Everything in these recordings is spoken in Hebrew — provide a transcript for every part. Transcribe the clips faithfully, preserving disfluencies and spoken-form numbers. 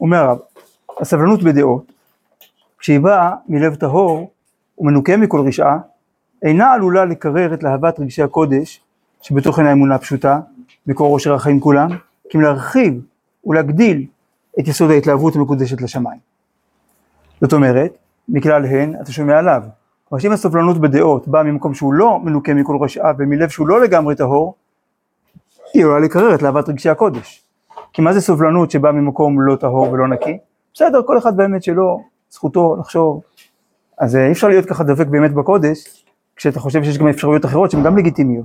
אומר הרב, הסבלנות בדעות, כשהיא באה מלב טהור ומנוקה מכל רשעה, אינה עלולה לקרר את להבת רגשי הקודש, שבתוכן האמונה הפשוטה, מקור עושר החיים כולם, כי אם להרחיב ולהגדיל את יסוד ההתלהבות המקודשת לשמיים. זאת אומרת, מכלל הן, אתה שומע עליו, כלומר שאם הסבלנות בדעות באה ממקום שהוא לא מנוקה מכל רשעה, ומלב שהוא לא לגמרי טהור, היא עלולה לקרר את להבת רגשי הקודש. כי מה זה סבלנות שבאה ממקום לא טהור ולא נקי? בסדר, כל אחד באמת שלו, זכותו לחשוב. אז אי אפשר להיות ככה דבק באמת בקודש, כשאתה חושב שיש גם אפשרויות אחרות שהן גם לגיטימיות.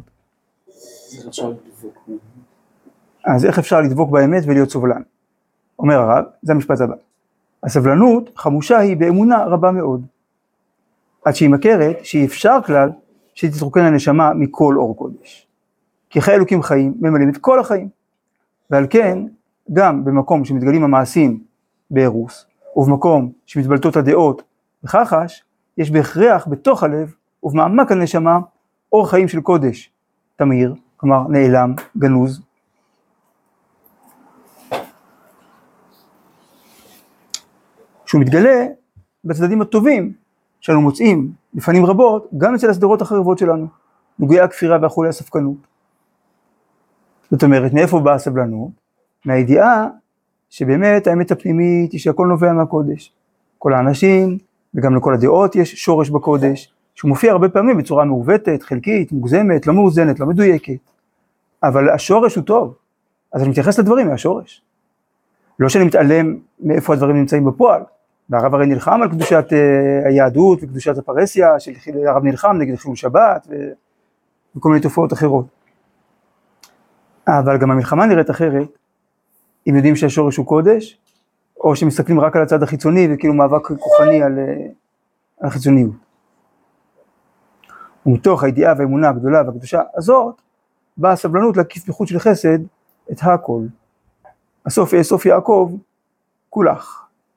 אז איך אפשר לדבוק באמת ולהיות סובלן? אומר הרב, זה המשפט הבא. הסבלנות חמושה היא באמונה רבה מאוד. עד שהיא מכרת שהיא אפשר כלל שתתרוקן הנשמה מכל אור קודש. כי חיי אלוקים חיים ממלאים את כל החיים. ועל כן, גם במקום שמתגלים המעשים בארוס, ובמקום שמתבלטות הדעות בכחש, יש בהכרח בתוך הלב ובמעמק הנשמה אור חיים של קודש, תמיר, כלומר נעלם, גנוז. שהוא מתגלה בצדדים הטובים שאנו מוצאים לפנים רבות, גם אצל הסדרות החרבות שלנו, נוגעי הכפירה ואכולי הספקנות. זאת אומרת, מאיפה באה הסבלנות? מהידיעה שבאמת האמת הפנימית היא שהכל נובע מהקודש. כל האנשים וגם לכל הדעות יש שורש בקודש, שהוא מופיע הרבה פעמים בצורה מעוותת, חלקית, מוגזמת, לא מאוזנת, לא מדויקת. אבל השורש הוא טוב, אז אני מתייחס לדברים מהשורש. לא שאני מתעלם מאיפה הדברים נמצאים בפועל. והרב הרי נלחם על קדושת היהדות וקדושת הפרסיה, שהרב נלחם נגד חילול שבת וכל מיני תופעות אחרות. אבל גם המלחמה נראית אחרת, אם יודעים שהשורש הוא קודש, או שמסתכלים רק על הצד החיצוני וכאילו מאבק כוחני על, על החיצוניות. ומתוך הידיעה והאמונה הגדולה והקדושה הזאת, באה הסבלנות להקיף בחוט של חסד את הכל. הסוף יאסוף יעקב כולך.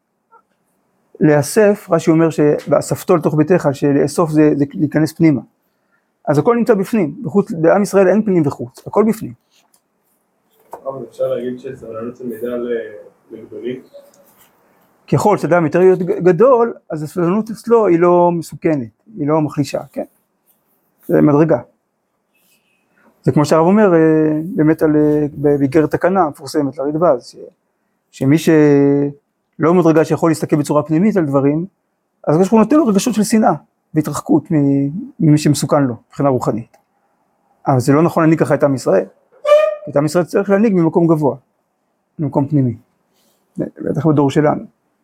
לאסף, רש"י אומר שבאספתו לתוך ביתך, שלאסוף זה, זה להיכנס פנימה. אז הכל נמצא בפנים, בחוץ, בעם ישראל אין פנים וחוץ, הכל בפנים. אבל אפשר להגיד שסבלנות זה מידע לגדולים? ככל שאדם יותר להיות גדול, אז הסבלנות אצלו היא לא מסוכנת, היא לא מחלישה, כן? זה מדרגה. זה כמו שהרב אומר, באמת על, באיגרת תקנה, מפורסמת לרדב"ז, ש, שמי שלא מדרגה שיכול להסתכל בצורה פנימית על דברים, אז יש פה נותן לו רגשות של שנאה, והתרחקות ממי שמסוכן לו, מבחינה רוחנית. אבל זה לא נכון להנהיג ככה את עם ישראל. את עם ישראל צריך להנהיג ממקום גבוה, ממקום פנימי. בטח בדור שלנו.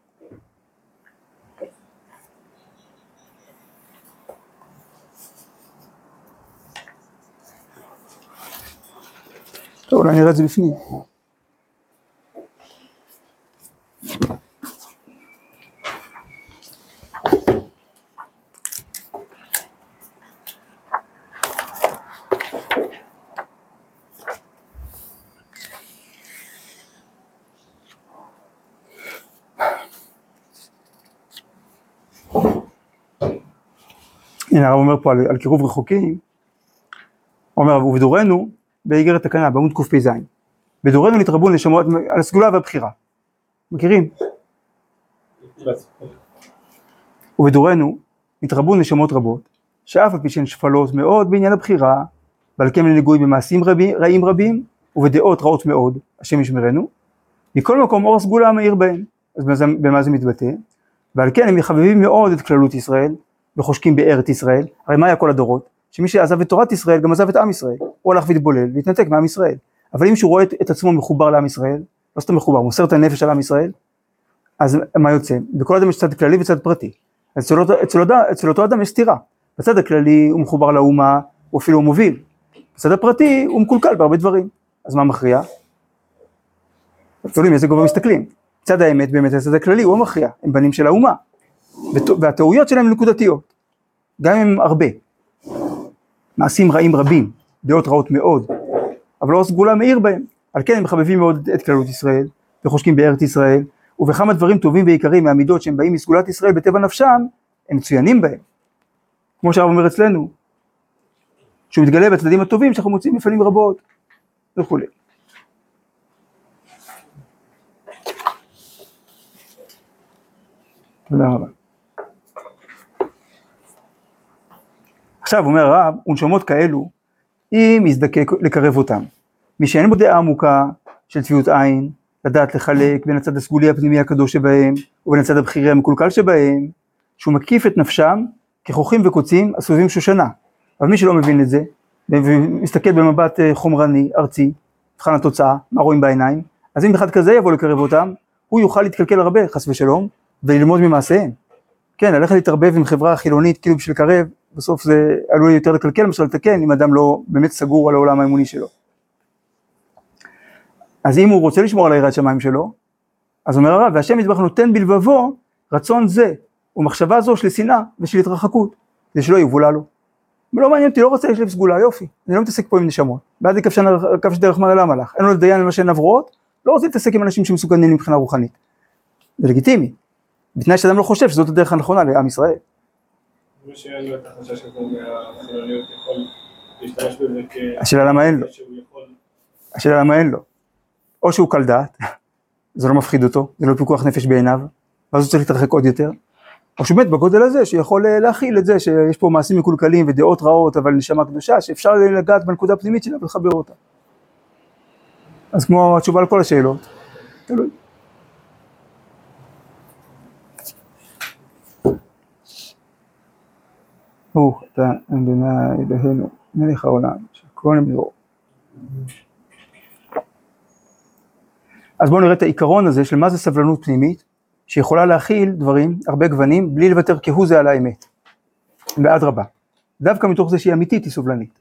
טוב, אולי נראה את זה בפנים. הנה הרב אומר פה על, על קירוב רחוקים, הוא אומר, ובדורנו, באיגרת תקנה, בעמוד קפ"ז, בדורנו נתרבו נשמות על הסגולה והבחירה. מכירים? ובדורנו נתרבו נשמות רבות, שאף על פי שהן שפלות מאוד בעניין הבחירה, ועל כן לנגוי במעשים רבים, רעים רבים, ובדעות רעות מאוד, השם ישמרנו, מכל מקום אור הסגולה מאיר בהן. אז במה זה מתבטא? ועל כן הם מחבבים מאוד את כללות ישראל, וחושקים בארץ ישראל. הרי מה היה כל הדורות? שמי שעזב את תורת ישראל גם עזב את עם ישראל, הוא הלך והתבולל והתנתק מעם ישראל. אבל אם שהוא רואה את, את עצמו מחובר לעם ישראל, לא סתם מחובר, מוסר את הנפש על עם ישראל, אז מה יוצא? בכל אדם יש צד כללי וצד פרטי. אז אצל אותו, אצל אותו, אצל אותו אדם יש סתירה. בצד הכללי הוא מחובר לאומה, הוא אפילו הוא מוביל. בצד הפרטי הוא מקולקל בהרבה דברים. אז מה מכריע? תולים איזה גובה מסתכלים. צד האמת באמת הצד הכללי הוא המכריע, הם בנים של האומה. והטעויות שלהם נקודתיות, גם אם הם הרבה. מעשים רעים רבים, דעות רעות מאוד, אבל לא סגולה מאיר בהם. על כן הם מחבבים מאוד את כללות ישראל, וחושקים בארץ ישראל, ובכמה דברים טובים ויקרים מהמידות שהם באים מסגולת ישראל בטבע נפשם, הם מצוינים בהם. כמו שהרב אומר אצלנו, שהוא מתגלה בצדדים הטובים שאנחנו מוצאים לפעמים רבות, וכו'. תודה רבה. עכשיו אומר הרב, ונשמות כאלו, אם יזדקק לקרב אותם, מי שאין בו דעה עמוקה של צביעות עין, לדעת לחלק בין הצד הסגולי הפנימי הקדוש שבהם, ובין הצד הבחירי המקולקל שבהם, שהוא מקיף את נפשם כחוכים וקוצים הסובבים שושנה. אבל מי שלא מבין את זה, ומסתכל במבט חומרני, ארצי, מבחן התוצאה, מה רואים בעיניים, אז אם אחד כזה יבוא לקרב אותם, הוא יוכל להתקלקל הרבה, חס ושלום, וללמוד ממעשיהם. כן, ללכת להתערבב עם חברה חילונית, כאילו בשביל קרב, בסוף זה עלול יותר לקלקל, למשל לתקן, אם אדם לא באמת סגור על העולם האמוני שלו. אז אם הוא רוצה לשמור על היראת שמיים שלו, אז אומר הרב, והשם יתברך נותן בלבבו רצון זה, ומחשבה זו של שנאה ושל התרחקות, זה שלא יבולה לו. לא מעניין אותי, לא רוצה לשלב סגולה, יופי, אני לא מתעסק פה עם נשמות, בעד זה כף שדרך מעלה המלאך, אין לו לדיין למה שהן עברות, לא רוצה להתעסק עם אנשים שמסוכנים מבחינה רוחנית. זה לגיטימי, בתנאי שאדם לא חושב שזאת הדרך הנכונה לעם ישראל. מי שאין לו את החשש הזה מהחילוניות יכול להשתמש בזה כ... השאלה למה אין לו. השאלה למה אין לו. או שהוא קל דעת, זה לא מפחיד אותו, זה לא פיקוח נפש בעיניו, ואז הוא צריך להתרחק עוד יותר. או שבאמת בגודל הזה שיכול להכיל את זה שיש פה מעשים מקולקלים ודעות רעות, אבל נשמה קדושה, שאפשר לגעת בנקודה הפנימית שלה ולחבר אותה. אז כמו התשובה לכל השאלות, תלוי. ברוך אתה אדוני אלוהינו מלך העולם שכל נברוא. אז בואו נראה את העיקרון הזה של מה זה סבלנות פנימית, שיכולה להכיל דברים, הרבה גוונים, בלי לוותר כהוא זה על האמת. באדרבה. דווקא מתוך זה שהיא אמיתית היא סובלנית.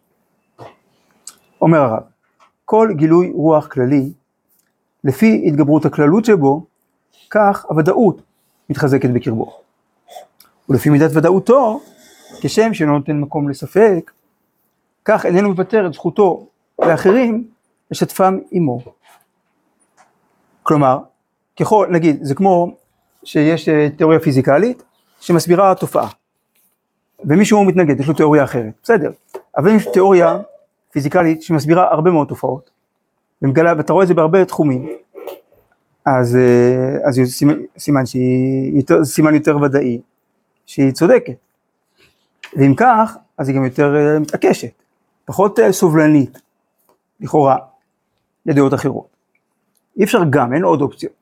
אומר הרב, כל גילוי רוח כללי, לפי התגברות הכללות שבו, כך הוודאות מתחזקת בקרבו. ולפי מידת ודאותו, כשם שלא נותן מקום לספק, כך איננו מוותר את זכותו לאחרים לשתפם עמו. כלומר, ככל, נגיד, זה כמו שיש תיאוריה פיזיקלית שמסבירה תופעה, ומישהו מתנגד, יש לו תיאוריה אחרת, בסדר, אבל יש תיאוריה פיזיקלית שמסבירה הרבה מאוד תופעות, ומגלה, ואתה רואה את זה בהרבה תחומים, אז, אז זה סימן, שהיא יותר, סימן יותר ודאי, שהיא צודקת, ואם כך, אז היא גם יותר מתעקשת, פחות סובלנית, לכאורה, לדעות אחרות. אי אפשר גם, אין עוד אופציות.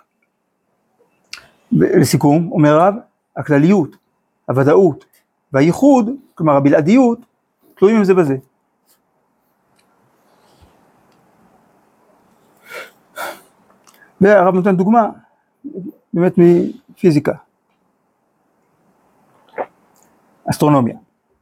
לסיכום, אומר רב, הכלליות, הוודאות והייחוד, כלומר הבלעדיות, תלויים עם זה בזה. והרב נותן דוגמה, באמת מפיזיקה. אסטרונומיה.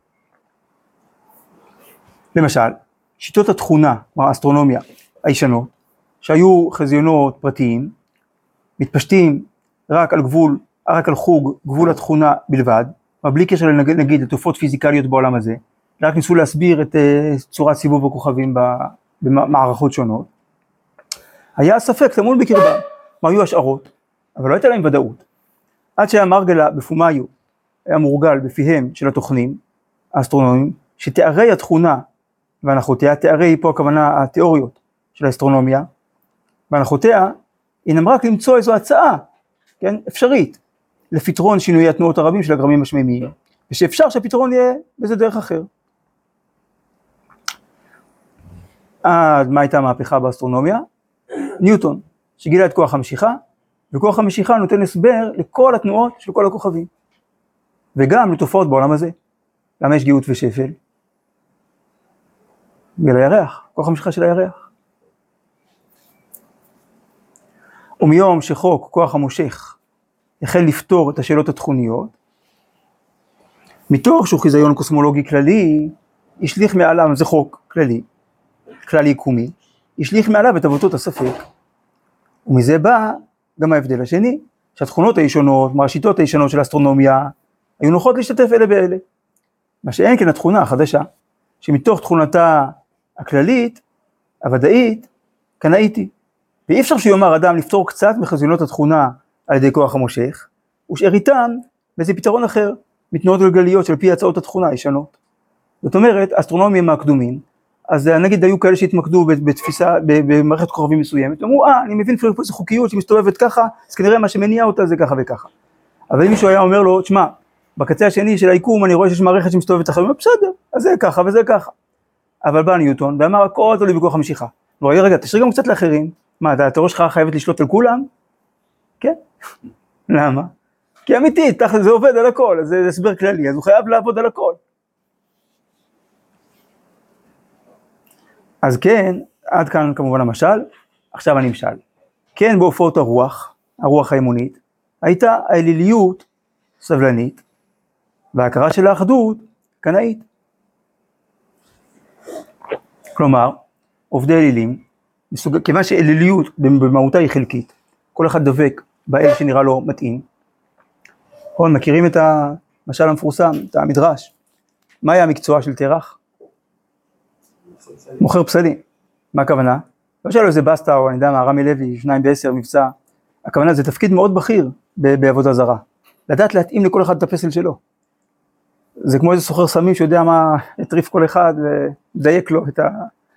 למשל, שיטות התכונה, כלומר האסטרונומיה, הישנות, שהיו חזיונות פרטיים, מתפשטים רק על גבול, רק על חוג גבול התכונה בלבד, בלי קשר נגיד לתופעות פיזיקליות בעולם הזה, רק ניסו להסביר את צורת סיבוב הכוכבים במערכות שונות. היה ספק טמון בקרבם, מה היו השערות, אבל לא הייתה להם ודאות. עד שהיה מרגלה בפומיו, היה מורגל בפיהם של התוכנים, האסטרונומים, שתיארי התכונה והנחותיה, תיארי פה הכוונה התיאוריות של האסטרונומיה, והנחותיה, הינם רק למצוא איזו הצעה, כן, אפשרית, לפתרון שינויי התנועות הרבים של הגרמים השמימיים, ושאפשר שהפתרון יהיה באיזה דרך אחר. עד מה הייתה המהפכה באסטרונומיה? ניוטון, שגילה את כוח המשיכה, וכוח המשיכה נותן הסבר לכל התנועות של כל הכוכבים, וגם לתופעות בעולם הזה. למה יש גאות ושפל? בגלל הירח, כוח המשיכה של הירח. ומיום שחוק כוח המושך החל לפתור את השאלות התכוניות, מתוך שהוא חיזיון קוסמולוגי כללי, השליך מעליו, זה חוק כללי, כללי יקומי, השליך מעליו את עבותות הספק. ומזה בא גם ההבדל השני, שהתכונות הישונות, מהשיטות הישנות של האסטרונומיה, היו נוחות להשתתף אלה באלה. מה שאין כן התכונה החדשה, שמתוך תכונתה הכללית, הוודאית, קנאיתי. ואי אפשר שיאמר אדם לפתור קצת מחזיונות התכונה על ידי כוח המושך, ושאר איתם באיזה פתרון אחר, מתנועות גלגליות של פי הצעות התכונה הישנות. זאת אומרת, אסטרונומיה מהקדומים, אז נגיד היו כאלה שהתמקדו בתפיסה, במערכת כוכבים מסוימת, אמרו, אה, אני מבין פה איזו חוקיות שמסתובבת ככה, אז כנראה מה שמניע אותה זה ככה וככה. אבל אם מישהו היה אומר לו, תשמע, בקצה השני של היקום אני רואה שיש מערכת שמסתובבת אחרי, בסדר, אז זה ככה וזה ככה. אבל בא ניוטון ואמר, הכל תלוי בכוח המשיכה. הוא אומר, רגע, תשאיר גם קצת לאחרים. מה, התיאוריה שלך חייבת לשלוט על כולם? כן. למה? כי אמיתית, תכל'ס זה עובד על הכל, אז זה הסבר כללי, אז הוא חייב לעבוד על הכל. אז כן, עד כאן כמובן המשל, עכשיו הנמשל. כן, בהופעות הרוח, הרוח האמונית, הייתה האליליות סבלנית, וההכרה של האחדות קנאית. כלומר, עובדי אלילים, מסוג... כיוון שאליליות במהותה היא חלקית, כל אחד דבק באל שנראה לו מתאים. נכון, מכירים את המשל המפורסם, את המדרש. מה היה המקצוע של תרח? מוכר פסלים. מה הכוונה? לא שאלו איזה בסטה או אני יודע מה, רמי לוי, שניים בעשר, מבצע. הכוונה זה תפקיד מאוד בכיר בעבודה זרה. לדעת להתאים לכל אחד את הפסל שלו. זה כמו איזה סוחר סמים שיודע מה יטריף כל אחד ודייק לו את ה...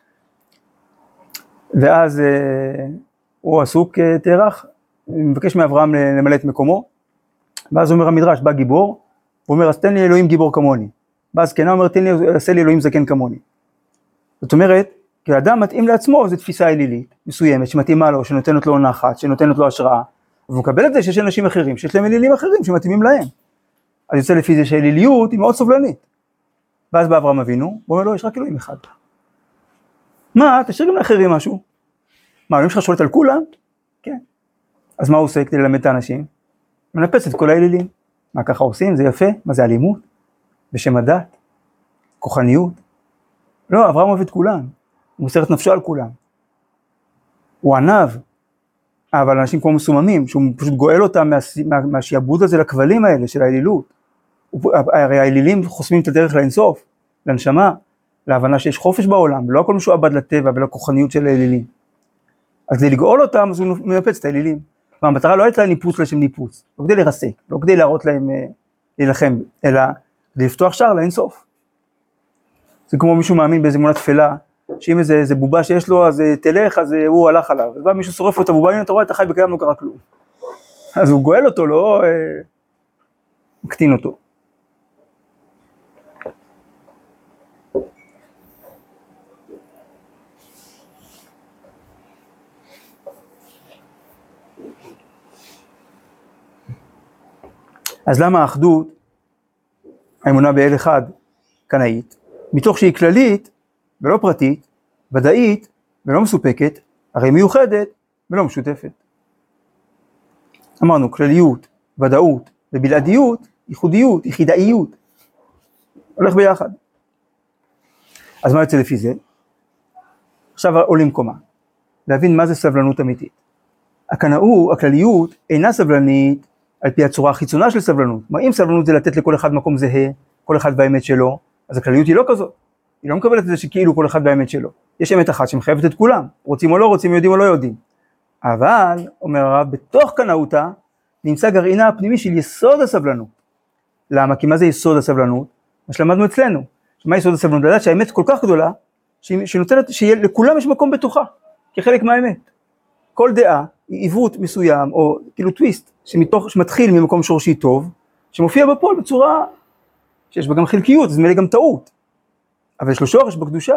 ואז אה, הוא עסוק אה, תרח, מבקש מאברהם למלא את מקומו, ואז אומר המדרש, בא גיבור, הוא אומר, אז תן לי אלוהים גיבור כמוני. ואז כן, הוא אומר, תן לי, עשה לי אלוהים זקן כמוני. זאת אומרת, כאדם מתאים לעצמו, זו תפיסה אלילית, מסוימת, שמתאימה לו, שנותנת לו נחת, שנותנת לו השראה, והוא מקבל את זה שיש אנשים אחרים, שיש להם אלילים אחרים שמתאימים להם. אז יוצא לפי זה שהאליליות היא מאוד סובלנית. ואז בא אברהם אבינו, הוא אומר לו, יש רק אלוהים אחד. מה, תשאיר גם לאחרים משהו. מה, אלוהים שלך שולט על כולם? כן. אז מה הוא עושה כדי ללמד את האנשים? מנפץ את כל האלילים. מה ככה עושים? זה יפה. מה זה אלימות? בשם הדת? כוחניות? לא, אברהם אוהב את כולם. הוא מוסר את נפשו על כולם. הוא ענב. אבל אנשים כמו מסוממים, שהוא פשוט גואל אותם מה, מה, מהשיעבוד הזה לכבלים האלה של האלילות. הרי האלילים חוסמים את הדרך לאינסוף, לנשמה, להבנה שיש חופש בעולם, לא הכל משועבד לטבע ולכוחניות של האלילים. אז כדי לגאול אותם, אז הוא מנפץ את האלילים. והמטרה לא הייתה ניפוץ לשם ניפוץ, לא כדי לרסק, לא כדי להראות להם להילחם, אלא כדי לפתוח שער לאינסוף. זה כמו מישהו מאמין באיזה אמונה תפלה, שאם איזה, איזה בובה שיש לו, אז תלך, אז הוא הלך עליו. אז בא מישהו שורף לו את הבובה, הנה אתה רואה, אתה חי בקיים, לא קרה כלום. אז הוא גואל אותו, לא אה, מקטין אותו. אז למה האחדות, האמונה באל אחד, קנאית, מתוך שהיא כללית ולא פרטית, ודאית ולא מסופקת, הרי מיוחדת ולא משותפת. אמרנו, כלליות, ודאות ובלעדיות, ייחודיות, יחידאיות, הולך ביחד. אז מה יוצא לפי זה? עכשיו עולים קומה, להבין מה זה סבלנות אמיתית. הקנאות, הכלליות, אינה סבלנית על פי הצורה החיצונה של סבלנות. מה אם סבלנות זה לתת לכל אחד מקום זהה, כל אחד באמת שלו, אז הכלליות היא לא כזאת. היא לא מקבלת את זה שכאילו כל אחד באמת שלו. יש אמת אחת שמחייבת את כולם, רוצים או לא רוצים, יודעים או לא יודעים. אבל, אומר הרב, בתוך קנאותה נמצא גרעינה הפנימי של יסוד הסבלנות. למה? כי מה זה יסוד הסבלנות? מה שלמדנו אצלנו. מה יסוד הסבלנות? לדעת שהאמת כל כך גדולה, שנותנת, שלכולם יש מקום בתוכה, כחלק מהאמת. כל דעה היא עיוות מסוים, או כאילו טוויסט, שמתוך, שמתחיל ממקום שורשי טוב, שמופיע בפועל בצורה שיש בה גם חלקיות, אז מלא גם טעות. אבל יש לו שורש בקדושה.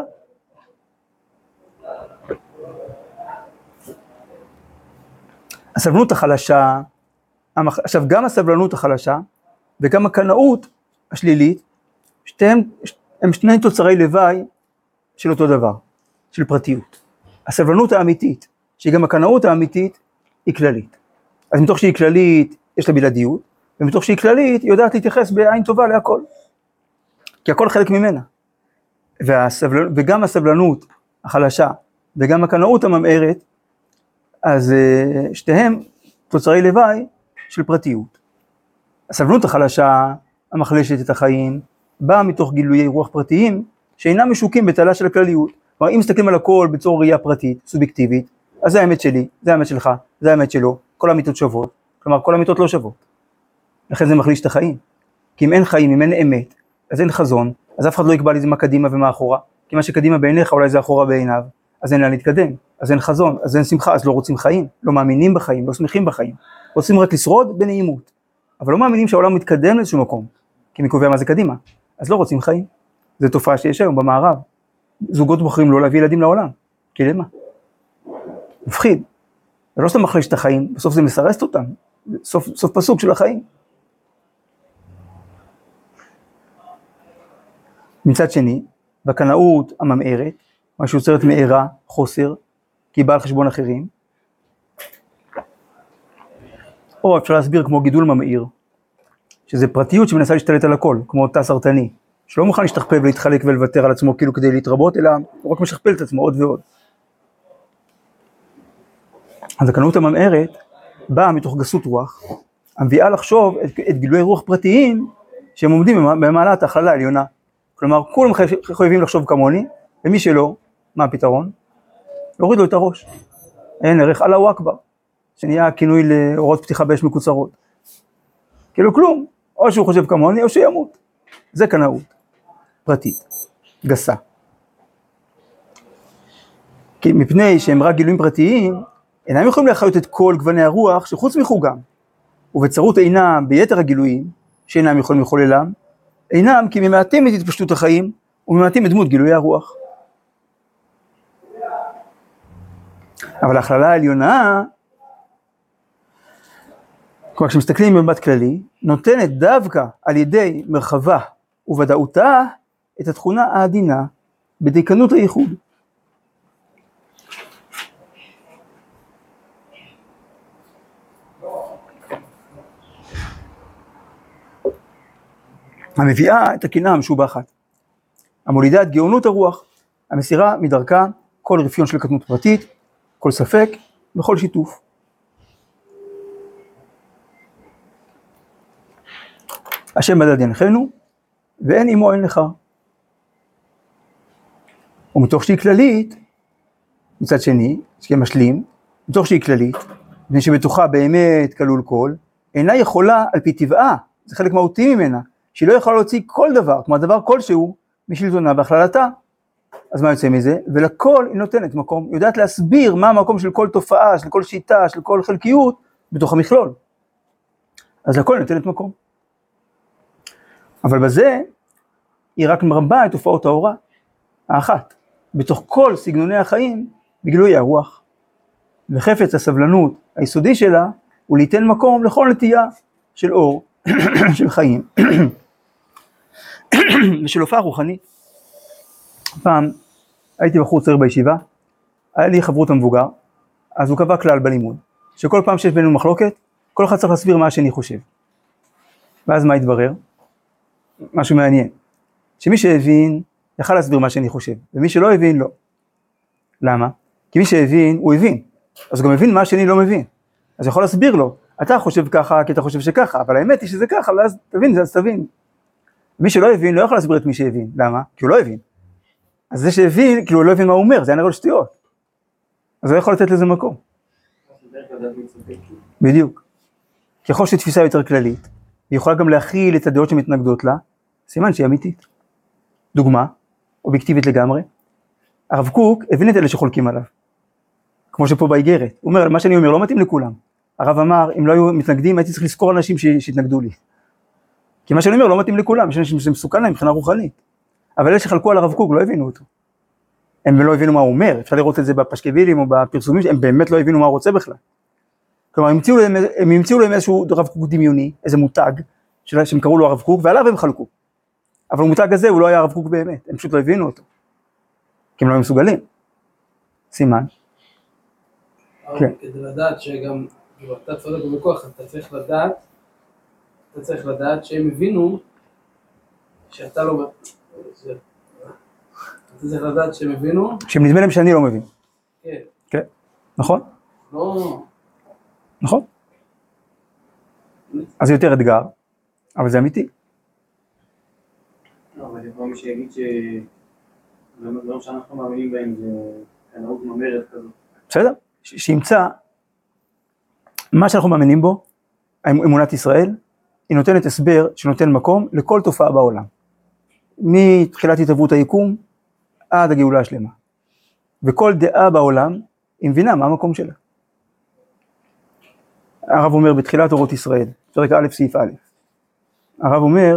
הסבלנות החלשה, עכשיו גם הסבלנות החלשה, וגם הקנאות השלילית, שתיהם, הם שני תוצרי לוואי של אותו דבר, של פרטיות. הסבלנות האמיתית, שהיא גם הקנאות האמיתית, היא כללית. אז מתוך שהיא כללית, יש לה בלעדיות, ומתוך שהיא כללית, היא יודעת להתייחס בעין טובה להכל. כי הכל חלק ממנה. והסבל... וגם הסבלנות החלשה, וגם הקנאות הממארת, אז שתיהם תוצרי לוואי של פרטיות. הסבלנות החלשה, המחלשת את החיים, באה מתוך גילויי רוח פרטיים, שאינם משוקים בתעלה של הכלליות. כלומר, אם מסתכלים על הכל בצורה ראייה פרטית, סובייקטיבית, אז זה האמת שלי, זה האמת שלך, זה האמת שלו, כל האמיתות שוות, כלומר, כל האמיתות לא שוות. לכן זה מחליש את החיים. כי אם אין חיים, אם אין אמת, אז אין חזון, אז אף אחד לא יקבע לי זה מה קדימה ומה אחורה, כי מה שקדימה בעיניך אולי זה אחורה בעיניו, אז אין לה להתקדם, אז אין חזון, אז אין שמחה, אז לא רוצים חיים, לא מאמינים בחיים, לא שמחים בחיים, רוצים רק לשרוד בנעימות. אבל לא מאמינים שהעולם מתקדם לאיזשהו מקום, כי מי קובע מה זה קדימה, אז לא רוצים חיים. זו תופעה שיש היום במערב. זוגות בוחרים לא להביא ילדים לעולם, כי למה? מפחיד. זה לא סתם מחליש את החיים, בסוף זה מסרסת אותם, סוף, סוף פסוק של החיים. מצד שני, בקנאות הממארת, מה שיוצרת מארה, חוסר, כי היא באה על חשבון אחרים, או אפשר להסביר כמו גידול ממאיר, שזה פרטיות שמנסה להשתלט על הכל, כמו תא סרטני, שלא מוכן להשתכפל ולהתחלק ולוותר על עצמו כאילו כדי להתרבות, אלא הוא רק משכפל את עצמו עוד ועוד. אז הקנאות הממארת באה מתוך גסות רוח, המביאה לחשוב את, את גילוי רוח פרטיים שהם עומדים במעלת ההכללה העליונה. כלומר, כולם חייבים לחשוב כמוני, ומי שלא, מה הפתרון? להוריד לו את הראש. אין ערך אללהו אכבר, שנהיה כינוי להוראות פתיחה באש מקוצרות. כאילו כלום, או שהוא חושב כמוני או שימות. זה קנאות פרטית, גסה. כי מפני שהם רק גילויים פרטיים, אינם יכולים להחיות את כל גווני הרוח שחוץ מחוגם, ובצרות אינם ביתר הגילויים, שאינם יכולים לחוללם, אינם כי ממעטים את התפשטות החיים, וממעטים את דמות גילוי הרוח. אבל ההכללה העליונה, כלומר כשמסתכלים במבט כללי, נותנת דווקא על ידי מרחבה וודאותה, את התכונה העדינה בדייקנות הייחוד. המביאה את הקינה המשובחת, המולידה את גאונות הרוח, המסירה מדרכה כל רפיון של קטנות פרטית, כל ספק וכל שיתוף. השם מדד ינחנו, ואין עמו אין לך. ומתוך שהיא כללית, מצד שני, שהיא משלים, מתוך שהיא כללית, מפני שבתוכה באמת כלול כל, אינה יכולה על פי טבעה, זה חלק מהותי ממנה, שהיא לא יכולה להוציא כל דבר, כמו הדבר כלשהו, משלטונה והכללתה. אז מה יוצא מזה? ולכל היא נותנת מקום, היא יודעת להסביר מה המקום של כל תופעה, של כל שיטה, של כל חלקיות, בתוך המכלול. אז לכל היא נותנת מקום. אבל בזה, היא רק מרבה את תופעות האורה, האחת, בתוך כל סגנוני החיים, בגילוי הרוח. וחפץ הסבלנות היסודי שלה, הוא ליתן מקום לכל נטייה של אור, של חיים, ושל הופעה רוחנית. פעם הייתי בחור צעיר בישיבה, היה לי חברות המבוגר, אז הוא קבע כלל בלימוד, שכל פעם שיש בינינו מחלוקת, כל אחד צריך להסביר מה השני חושב. ואז מה התברר? משהו מעניין. שמי שהבין, יכל להסביר מה שאני חושב, ומי שלא הבין, לא. למה? כי מי שהבין, הוא הבין. אז הוא גם הבין מה השני לא מבין. אז יכול להסביר לו, אתה חושב ככה, כי אתה חושב שככה, אבל האמת היא שזה ככה, ואז תבין, אז תבין. מי שלא הבין, לא יכול להסביר את מי שהבין. למה? כי הוא לא הבין. אז זה שהבין, כאילו הוא לא הבין מה הוא אומר, זה היה נראה לו שטויות. אז הוא יכול לתת לזה מקום. בדיוק. ככל שתפיסה יותר כללית, היא יכולה גם להכיל את הדעות שמתנגדות לה, סימן שהיא אמיתית. דוגמה, אובייקטיבית לגמרי, הרב קוק הבין את אלה שחולקים עליו, כמו שפה באיגרת, הוא אומר, מה שאני אומר לא מתאים לכולם, הרב אמר, אם לא היו מתנגדים, הייתי צריך לזכור אנשים שהתנגדו לי, כי מה שאני אומר לא מתאים לכולם, יש אנשים שמסוכן להם מבחינה רוחנית, אבל אלה שחלקו על הרב קוק לא הבינו אותו, הם לא הבינו מה הוא אומר, אפשר לראות את זה בפשקבילים או בפרסומים, הם באמת לא הבינו מה הוא רוצה בכלל, כלומר הם המציאו להם, הם המציאו להם איזשהו רב קוק דמיוני, איזה מותג, שהם קראו לו הרב קוק, ועליו הם חלקו, אבל המותג הזה הוא לא היה הרב קוק באמת, הם פשוט לא הבינו אותו, כי הם לא מסוגלים, סימן. כן. כדי לדעת שגם, אתה צודק במקוח, אתה צריך לדעת, אתה צריך לדעת שהם הבינו, שאתה לא, אתה צריך לדעת שהם הבינו, שהם נדמה להם שאני לא מבין. כן. כן, נכון? לא. נכון? אז זה יותר אתגר, אבל זה אמיתי. לא, אבל יכול מי שיגיד שדברים שאנחנו מאמינים בהם זה קנאות ממארת כזאת. בסדר? שימצא מה שאנחנו מאמינים בו, אמונת ישראל, היא נותנת הסבר שנותן מקום לכל תופעה בעולם. מתחילת התהוות היקום עד הגאולה השלמה. וכל דעה בעולם היא מבינה מה המקום שלה. הרב אומר בתחילת אורות ישראל, פרק א' סעיף א', הרב אומר,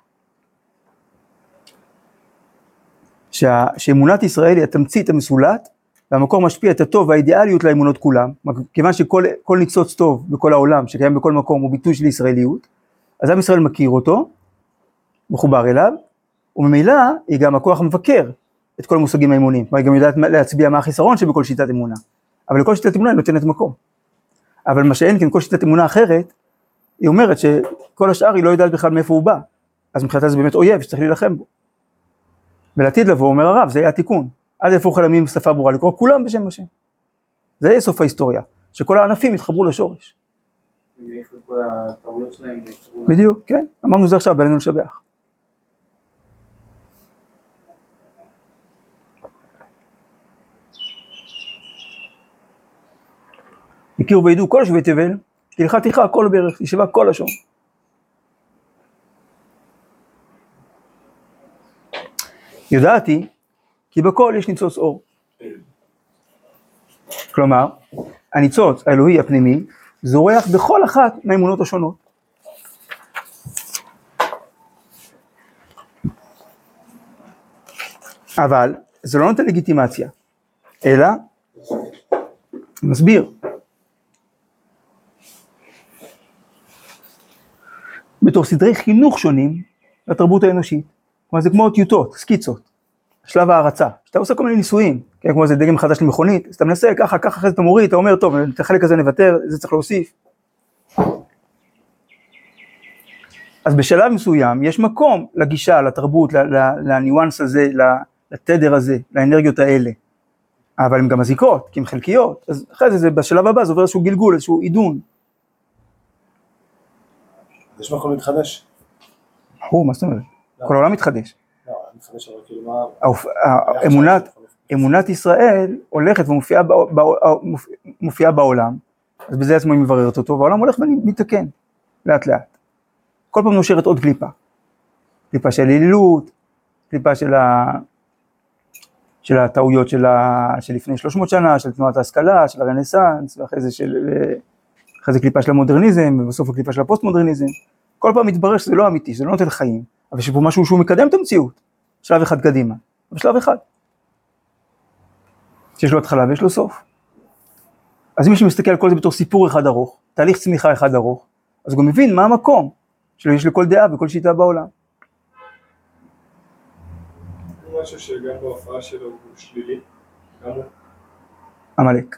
שה, שאמונת ישראל היא התמצית המסולט, והמקור משפיע את הטוב והאידיאליות לאמונות כולם, כיוון שכל כל ניצוץ טוב בכל העולם, שקיים בכל מקום, הוא ביטוי של ישראליות, אז עם ישראל מכיר אותו, מחובר אליו, וממילא היא גם הכוח המבקר את כל המושגים האמוניים, היא גם יודעת להצביע מה החיסרון שבכל שיטת אמונה, אבל לכל שיטת אמונה היא נותנת מקום. אבל מה שאין כן, כל שיטת אמונה אחרת, היא אומרת שכל השאר היא לא יודעת בכלל מאיפה הוא בא, אז מבחינתה זה באמת אויב שצריך להילחם בו. ולעתיד לבוא, אומר הרב, זה יהיה התיקון, עד יהפוך אל עמים שפה ברורה, לקרוא כולם בשם השם. זה יהיה סוף ההיסטוריה, שכל הענפים יתחברו לשורש. בדיוק, כן, אמרנו זה עכשיו, בעלינו לשבח. הכירו וידעו כל שבט תבל, כי לך תיכה כל בערך, ישבה כל לשון. יודעתי, כי בכל יש ניצוץ אור. כלומר, הניצוץ האלוהי הפנימי, זורח בכל אחת מהאמונות השונות. אבל זה לא נותן לגיטימציה, אלא, מסביר, בתור סדרי חינוך שונים לתרבות האנושית. כלומר, זה כמו טיוטות, סקיצות, שלב ההרצה. שאתה עושה כל מיני ניסויים, כן, כמו זה דגם חדש למכונית, אז אתה מנסה ככה, ככה, אחרי זה אתה מוריד, אתה אומר, טוב, את החלק הזה נוותר, זה צריך להוסיף. אז בשלב מסוים, יש מקום לגישה, לתרבות, לניואנס הזה, לתדר הזה, לאנרגיות האלה. אבל הן גם מזיקות, כי הן חלקיות. אז אחרי זה, בשלב הבא, זה עובר איזשהו גלגול, איזשהו עידון. יש מקום להתחדש. ברור, מה זאת אומרת? כל העולם מתחדש. לא, אני מתחדש אבל כאילו מה... אמונת ישראל הולכת ומופיעה בעולם, אז בזה עצמו היא מבררת אותו, והעולם הולך ומתקן, לאט לאט. כל פעם נושרת עוד קליפה. קליפה של אלילות, קליפה של ה... של הטעויות של לפני שלוש מאות שנה, של תנועת ההשכלה, של הרנסנס, ואחרי זה של... אחרי זה קליפה של המודרניזם, ובסוף הקליפה של הפוסט-מודרניזם. כל פעם מתברר שזה לא אמיתי, שזה לא נותן חיים, אבל שפה משהו שהוא מקדם את המציאות, שלב אחד קדימה, בשלב אחד. שיש לו התחלה ויש לו סוף. אז אם מישהו מסתכל על כל זה בתור סיפור אחד ארוך, תהליך צמיחה אחד ארוך, אז הוא גם מבין מה המקום שיש לכל דעה וכל שיטה בעולם. משהו שגם בהופעה שלו הוא שלילי, גם הוא. עמלק.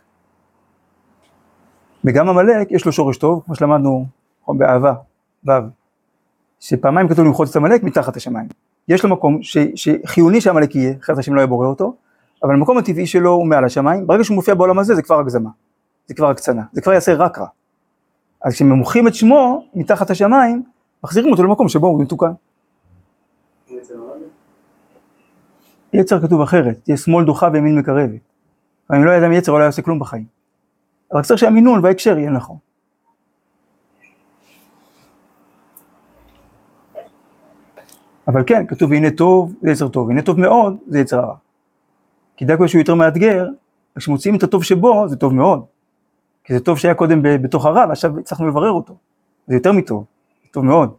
וגם עמלק יש לו שורש טוב, כמו שלמדנו באהבה, באב, שפעמיים כתוב למחוץ את עמלק מתחת השמיים. יש לו מקום ש, שחיוני שהעמלק יהיה, אחרת השם לא יבורא אותו, אבל המקום הטבעי שלו הוא מעל השמיים, ברגע שהוא מופיע בעולם הזה זה כבר הגזמה, זה כבר הקצנה, זה כבר יעשה רק רע. אז כשממוחים את שמו מתחת השמיים, מחזירים אותו למקום שבו הוא מתוקן. יצר כתוב אחרת, תהיה שמאל דוחה וימין מקרבת. אם לא היה אדם יצר, הוא לא יעשה כלום בחיים. רק צריך שהמינון וההקשר יהיה נכון. אבל כן, כתוב הנה טוב, זה יצר טוב, הנה טוב מאוד, זה יצר הרע. כי דווקא שהוא יותר מאתגר, כשמוצאים את הטוב שבו, זה טוב מאוד. כי זה טוב שהיה קודם בתוך הרע, ועכשיו צריכים לברר אותו. זה יותר מטוב, זה טוב מאוד.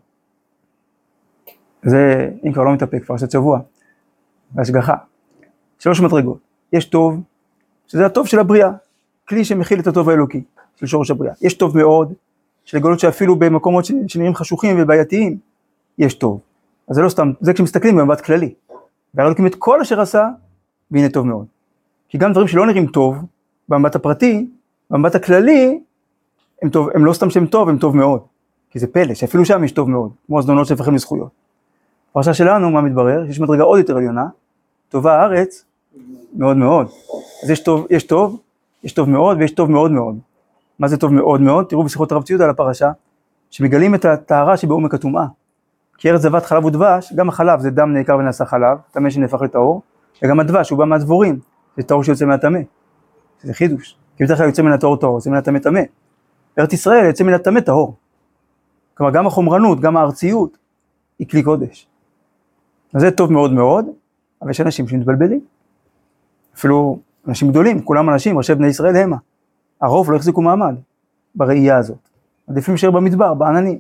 זה, אם כבר לא מתאפק, כבר עשת שבוע. בהשגחה. שלוש מדרגות. יש טוב, שזה הטוב של הבריאה, כלי שמכיל את הטוב האלוקי, של שורש הבריאה. יש טוב מאוד, של גלות שאפילו במקומות שנראים חשוכים ובעייתיים, יש טוב. אז זה לא סתם, זה כשמסתכלים במבט כללי. והרי לוקחים את כל אשר עשה, והנה טוב מאוד. כי גם דברים שלא נראים טוב, במבט הפרטי, במבט הכללי, הם, טוב, הם לא סתם שהם טוב, הם טוב מאוד. כי זה פלא, שאפילו שם יש טוב מאוד, כמו הזדונות שהפכים לזכויות. הפרשה שלנו, מה מתברר? יש מדרגה עוד יותר עליונה, טובה הארץ, מאוד מאוד. אז יש טוב, יש טוב, יש טוב מאוד, ויש טוב מאוד מאוד. מה זה טוב מאוד מאוד? תראו בשיחות הרב ציודה על הפרשה, שמגלים את הטהרה שבעומק הטומאה. כי ארץ זבת חלב ודבש, גם החלב זה דם נעקר ונעשה חלב, טמא שנהפך לטהור, וגם הדבש הוא בא מהדבורים, זה טהור שיוצא מהטמא. זה חידוש. כי בדרך כלל יוצא מן הטהור טהור, יוצא מן הטמא טמא. ארץ ישראל יוצא מן הטמא טהור. כלומר גם החומרנות, גם הארציות, היא כלי קודש. אז זה טוב מאוד מאוד, אבל יש אנשים שמתבלבלים. אפילו אנשים גדולים, כולם אנשים, ראשי בני ישראל המה. הרוב לא החזיקו מעמד בראייה הזאת. עדיפים להישאר במדבר, בעננים.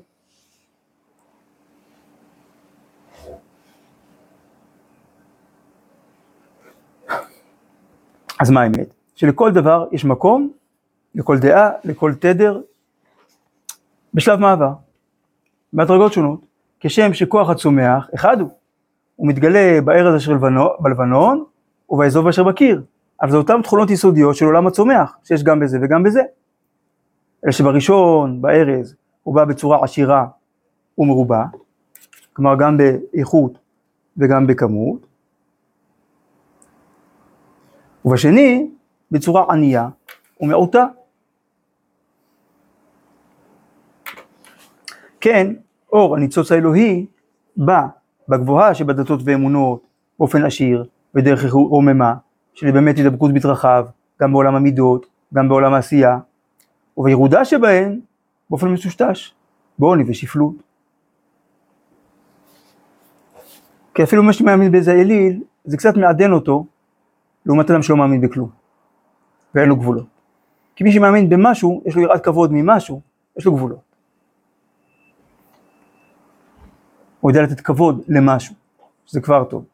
אז מה האמת? שלכל דבר יש מקום, לכל דעה, לכל תדר, בשלב מעבר, בהדרגות שונות, כשם שכוח הצומח, אחד הוא, הוא מתגלה בארז אשר בלבנון, ובאזוב אשר בקיר, אבל זה אותם תכונות יסודיות של עולם הצומח, שיש גם בזה וגם בזה. אלא שבראשון, בארז, הוא בא בצורה עשירה ומרובה, כלומר גם באיכות וגם בכמות, ובשני, בצורה ענייה ומעוטה. כן, אור הניצוץ האלוהי בא בגבוהה שבדתות ואמונות, באופן עשיר, בדרך רוממה, של באמת התדבקות בתרחב, גם בעולם המידות, גם בעולם העשייה, ובירודה שבהן, באופן משושטש, בעוני ושפלות. כי אפילו מי שמאמין באיזה אליל, זה קצת מעדן אותו, לעומת אדם שלא מאמין בכלום, ואין לו גבולות. כי מי שמאמין במשהו, יש לו יראת כבוד ממשהו, יש לו גבולות. הוא יודע לתת כבוד למשהו, שזה כבר טוב.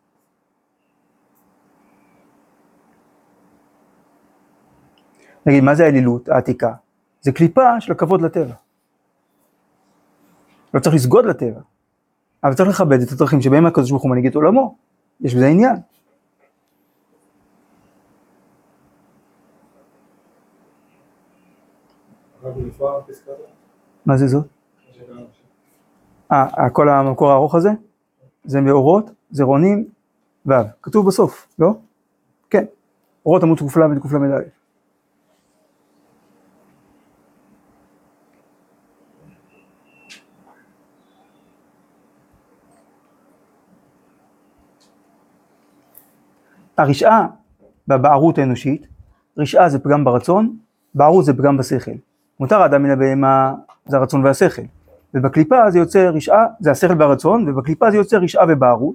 נגיד, מה זה האלילות העתיקה? זה קליפה של הכבוד לטבע. לא צריך לסגוד לטבע, אבל צריך לכבד את הדרכים שבהם הקדוש ברוך הוא מנהיג את עולמו. יש בזה עניין. מה זה זאת? אה, כל המקור הארוך הזה? זה מאורות, זה רונים, ו'. כתוב בסוף, לא? כן. אורות עמוד קופלה וקופלה מדלת. הרשעה בבערות האנושית, רשעה זה פגם ברצון, בערות זה פגם בשכל. מותר האדם מן הבהמה זה הרצון והשכל. ובקליפה זה יוצא רשעה, זה השכל והרצון, ובקליפה זה יוצא רשעה ובערות.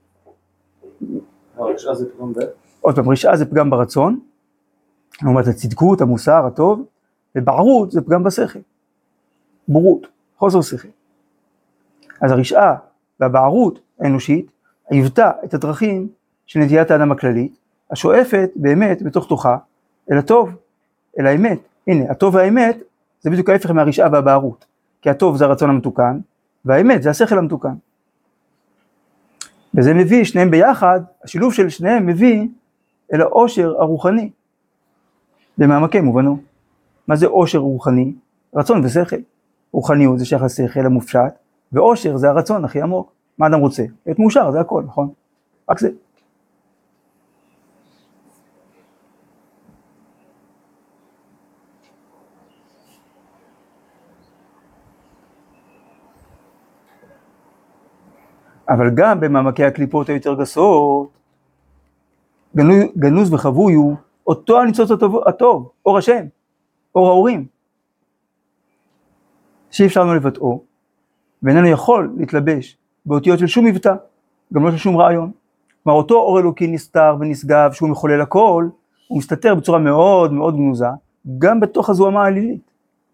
רשעה זה פגם ב? עוד פעם, רשעה זה פגם ברצון, לעומת הצדקות, המוסר, הטוב, ובערות זה פגם בשכל. בורות, חוסר שכל. אז הרשעה והבערות האנושית היוותה את הדרכים של נטיית האדם הכללית, השואפת באמת בתוך תוכה אל הטוב, אל האמת. הנה, הטוב והאמת זה בדיוק ההפך מהרשעה והבערות, כי הטוב זה הרצון המתוקן, והאמת זה השכל המתוקן. וזה מביא שניהם ביחד, השילוב של שניהם מביא אל העושר הרוחני, במעמקי מובנו. מה זה עושר רוחני? רצון ושכל. רוחניות זה שייך לשכל המופשט, ועושר זה הרצון הכי עמוק. מה אדם רוצה? להיות מאושר, זה הכל, נכון? רק זה. אבל גם במעמקי הקליפות היותר גסות, גנוז וחבוי הוא אותו הניצוץ הטוב, הטוב, אור השם, אור האורים, שאי אפשר לנו לבטאו, ואיננו יכול להתלבש באותיות של שום מבטא, גם לא של שום רעיון. כלומר, אותו אור אלוקי נסתר ונשגב, שהוא מחולל הכל, הוא מסתתר בצורה מאוד מאוד גנוזה, גם בתוך הזוהמה העלילית.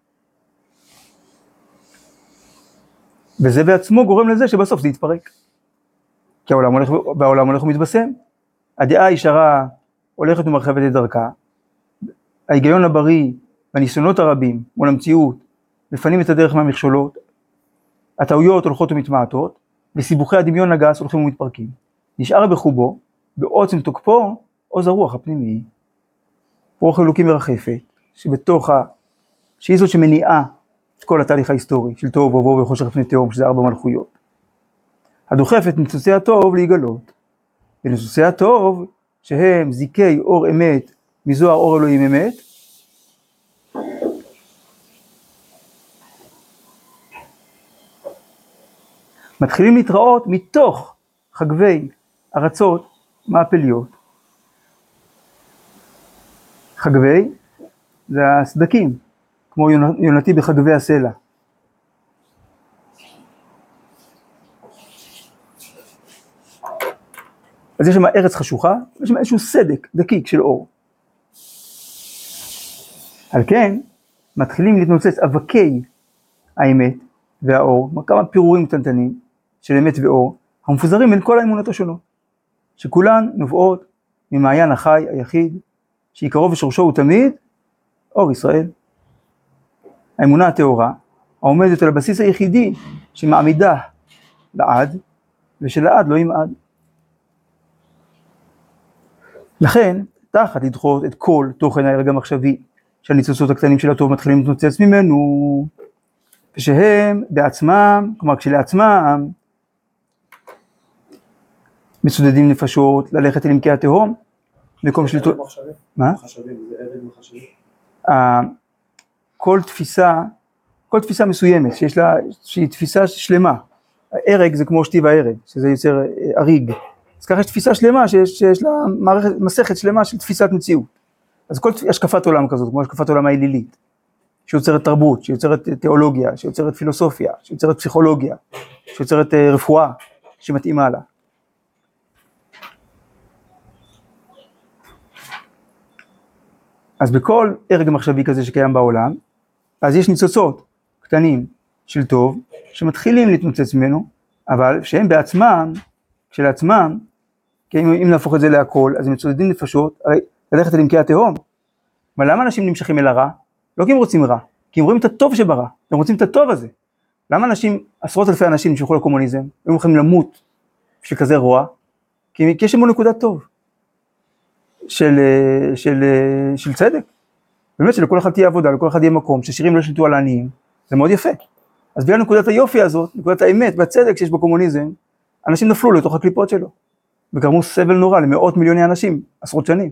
וזה בעצמו גורם לזה שבסוף זה יתפרק. כי העולם הולך, והעולם הולך ומתבשם. הדעה הישרה הולכת ומרחבת את דרכה. ההיגיון הבריא והניסיונות הרבים מול המציאות מפנים את הדרך מהמכשולות. הטעויות הולכות ומתמעטות, וסיבוכי הדמיון הגס הולכים ומתפרקים. נשאר בחובו, בעוצם תוקפו, עוז הרוח הפנימי. רוח אלוקים מרחפת, שבתוך ה... שהיא זאת שמניעה את כל התהליך ההיסטורי של תוהו ובוהו וחושך לפני תהום, שזה ארבע מלכויות. הדוחפת ניצוצי הטוב להיגלות, וניצוצי הטוב שהם זיקי אור אמת מזוהר אור אלוהים אמת, מתחילים להתראות מתוך חגבי ארצות מעפליות. חגבי זה הסדקים, כמו יונתי בחגבי הסלע. אז יש שם ארץ חשוכה, יש שם איזשהו סדק דקיק של אור. על כן, מתחילים להתנוצץ אבקי האמת והאור, כמה פירורים קטנטנים של אמת ואור, המפוזרים בין כל האמונות השונות, שכולן נובעות ממעיין החי היחיד, שעיקרו ושורשו הוא תמיד אור ישראל. האמונה הטהורה, העומדת על הבסיס היחידי שמעמידה לעד, ושלעד לא ימעד. לכן, תחת לדחות את כל תוכן ההרג המחשבי, שהניצוצות הקטנים של הטוב מתחילים להתנוצץ ממנו, ושהם בעצמם, כלומר כשלעצמם, מצודדים נפשות ללכת אל עמקי התהום, מקום של... מה? מחשבים, זה ערג מחשבים. כל תפיסה, כל תפיסה מסוימת, שיש לה, שהיא תפיסה שלמה. הערג זה כמו שטיב הערג, שזה יוצר אריג. אז ככה יש תפיסה שלמה, שיש, שיש לה מערכת, מסכת שלמה של תפיסת מציאות. אז כל השקפת עולם כזאת, כמו השקפת עולם האלילית, שיוצרת תרבות, שיוצרת תיאולוגיה, שיוצרת פילוסופיה, שיוצרת פסיכולוגיה, שיוצרת רפואה, שמתאימה לה. אז בכל ערג מחשבי כזה שקיים בעולם, אז יש ניצוצות קטנים של טוב, שמתחילים להתנוצץ ממנו, אבל שהם בעצמם, כשלעצמם, כי אם, אם נהפוך את זה להכל, אז הם מצודדים נפשות, הרי ללכת אל עמקי התהום. אבל למה אנשים נמשכים אל הרע? לא כי הם רוצים רע, כי הם רואים את הטוב שברע, הם רוצים את הטוב הזה. למה אנשים, עשרות אלפי אנשים נמשכו לקומוניזם, הם יכולים למות של כזה רוע? כי, כי יש לנו נקודת טוב. של, של, של צדק. באמת שלכל אחד תהיה עבודה, לכל אחד יהיה מקום, ששירים לא ישלטו על העניים, זה מאוד יפה. אז בגלל נקודת היופי הזאת, נקודת האמת והצדק שיש בקומוניזם, אנשים נפלו לתוך הקליפות שלו, וגרמו סבל נורא למאות מיליוני אנשים, עשרות שנים.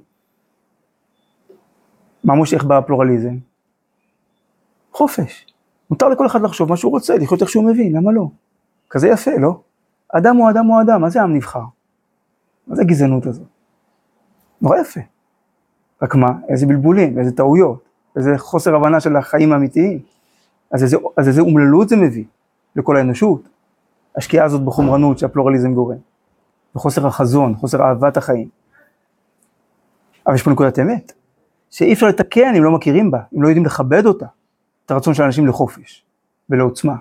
מה מושך בפלורליזם? חופש. מותר לכל אחד לחשוב מה שהוא רוצה, לחיות איך שהוא מבין, למה לא? כזה יפה, לא? אדם הוא אדם הוא אדם, מה זה עם נבחר? מה זה הגזענות הזאת? נורא יפה. רק מה? איזה בלבולים, איזה טעויות, איזה חוסר הבנה של החיים האמיתיים. אז איזה, אז איזה אומללות זה מביא לכל האנושות. השקיעה הזאת בחומרנות שהפלורליזם גורם. וחוסר החזון, חוסר אהבת החיים. אבל יש פה נקודת אמת, שאי אפשר לתקן אם לא מכירים בה, אם לא יודעים לכבד אותה, את הרצון של אנשים לחופש ולעוצמה.